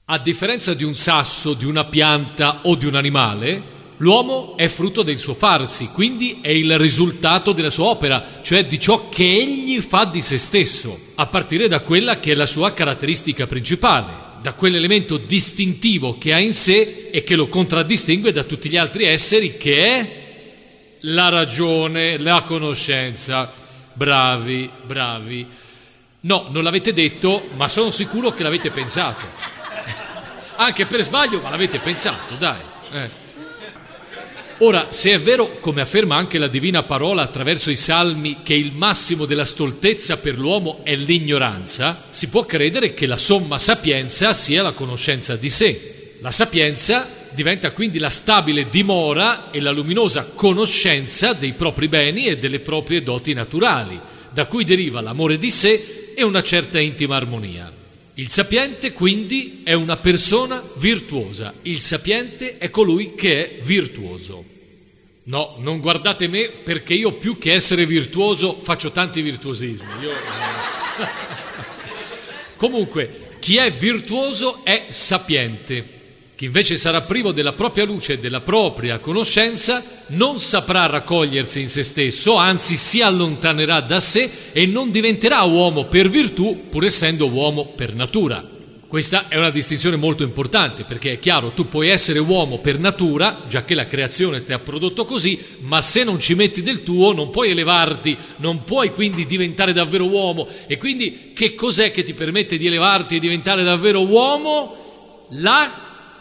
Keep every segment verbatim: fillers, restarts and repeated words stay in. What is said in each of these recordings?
A differenza di un sasso, di una pianta o di un animale, l'uomo è frutto del suo farsi, quindi è il risultato della sua opera, cioè di ciò che egli fa di se stesso, a partire da quella che è la sua caratteristica principale, da quell'elemento distintivo che ha in sé e che lo contraddistingue da tutti gli altri esseri, che è la ragione, la conoscenza. Bravi, bravi. No, non l'avete detto, ma sono sicuro che l'avete pensato. Anche per sbaglio, ma l'avete pensato, dai. Eh. Ora, se è vero, come afferma anche la Divina Parola attraverso i Salmi, che il massimo della stoltezza per l'uomo è l'ignoranza, si può credere che la somma sapienza sia la conoscenza di sé. La sapienza diventa quindi la stabile dimora e la luminosa conoscenza dei propri beni e delle proprie doti naturali, da cui deriva l'amore di sé e una certa intima armonia. Il sapiente quindi è una persona virtuosa, il sapiente è colui che è virtuoso. No, non guardate me, perché io più che essere virtuoso faccio tanti virtuosismi. Io... Comunque, chi è virtuoso è sapiente. Chi invece sarà privo della propria luce e della propria conoscenza non saprà raccogliersi in se stesso, anzi si allontanerà da sé e non diventerà uomo per virtù, pur essendo uomo per natura. Questa è una distinzione molto importante, perché è chiaro, tu puoi essere uomo per natura, già che la creazione ti ha prodotto così, ma se non ci metti del tuo non puoi elevarti, non puoi quindi diventare davvero uomo. E quindi che cos'è che ti permette di elevarti e diventare davvero uomo? La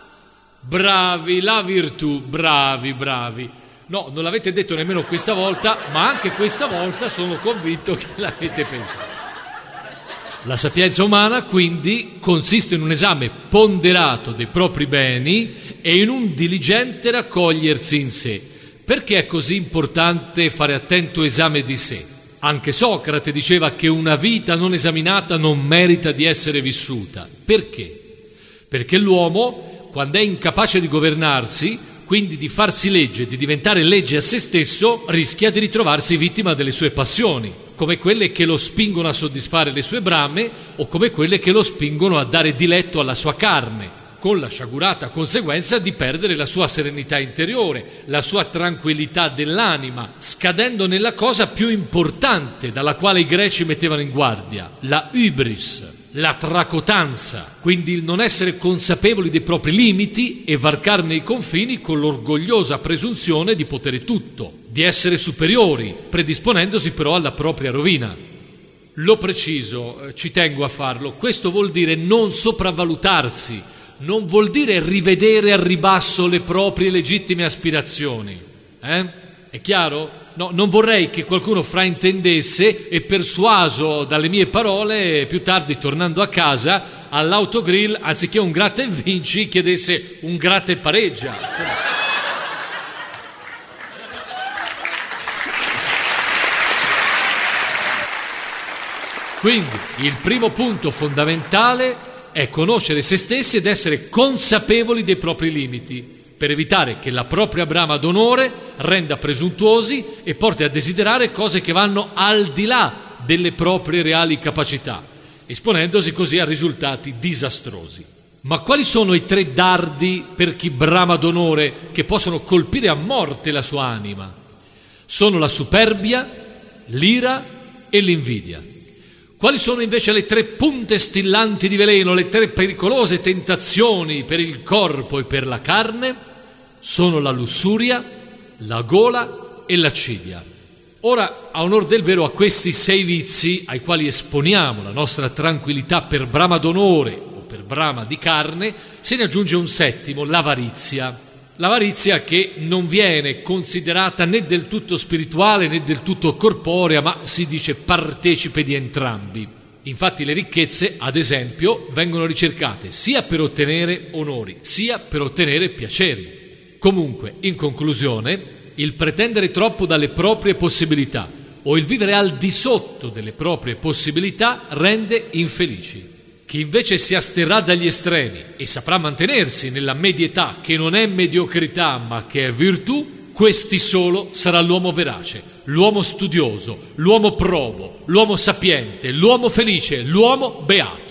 Bravi, la virtù, bravi, bravi. No, non l'avete detto nemmeno questa volta, ma anche questa volta sono convinto che l'avete pensato. La sapienza umana, quindi, consiste in un esame ponderato dei propri beni e in un diligente raccogliersi in sé. Perché è così importante fare attento esame di sé? Anche Socrate diceva che una vita non esaminata non merita di essere vissuta. Perché? Perché l'uomo, quando è incapace di governarsi, quindi di farsi legge, di diventare legge a se stesso, rischia di ritrovarsi vittima delle sue passioni, come quelle che lo spingono a soddisfare le sue brame o come quelle che lo spingono a dare diletto alla sua carne, con la sciagurata conseguenza di perdere la sua serenità interiore, la sua tranquillità dell'anima, scadendo nella cosa più importante dalla quale i greci mettevano in guardia, la hybris, la tracotanza, quindi il non essere consapevoli dei propri limiti e varcarne i confini con l'orgogliosa presunzione di potere tutto, di essere superiori, predisponendosi però alla propria rovina. Lo preciso, ci tengo a farlo, questo vuol dire non sopravvalutarsi, non vuol dire rivedere al ribasso le proprie legittime aspirazioni. Eh? È chiaro? No, non vorrei che qualcuno fraintendesse e, persuaso dalle mie parole, più tardi tornando a casa all'autogrill, anziché un gratta e vinci, chiedesse un gratta e pareggia. Quindi il primo punto fondamentale è conoscere se stessi ed essere consapevoli dei propri limiti, per evitare che la propria brama d'onore renda presuntuosi e porti a desiderare cose che vanno al di là delle proprie reali capacità, esponendosi così a risultati disastrosi. Ma quali sono i tre dardi per chi brama d'onore che possono colpire a morte la sua anima? Sono la superbia, l'ira e l'invidia. Quali sono invece le tre punte stillanti di veleno, le tre pericolose tentazioni per il corpo e per la carne? Sono la lussuria, la gola e l'accidia. Ora, a onor del vero, a questi sei vizi ai quali esponiamo la nostra tranquillità per brama d'onore o per brama di carne, se ne aggiunge un settimo, l'avarizia. L'avarizia che non viene considerata né del tutto spirituale né del tutto corporea, ma si dice partecipe di entrambi. Infatti le ricchezze, ad esempio, vengono ricercate sia per ottenere onori, sia per ottenere piaceri. Comunque, in conclusione, il pretendere troppo dalle proprie possibilità o il vivere al di sotto delle proprie possibilità rende infelici. Chi invece si asterrà dagli estremi e saprà mantenersi nella medietà, che non è mediocrità ma che è virtù, questi solo sarà l'uomo verace, l'uomo studioso, l'uomo probo, l'uomo sapiente, l'uomo felice, l'uomo beato.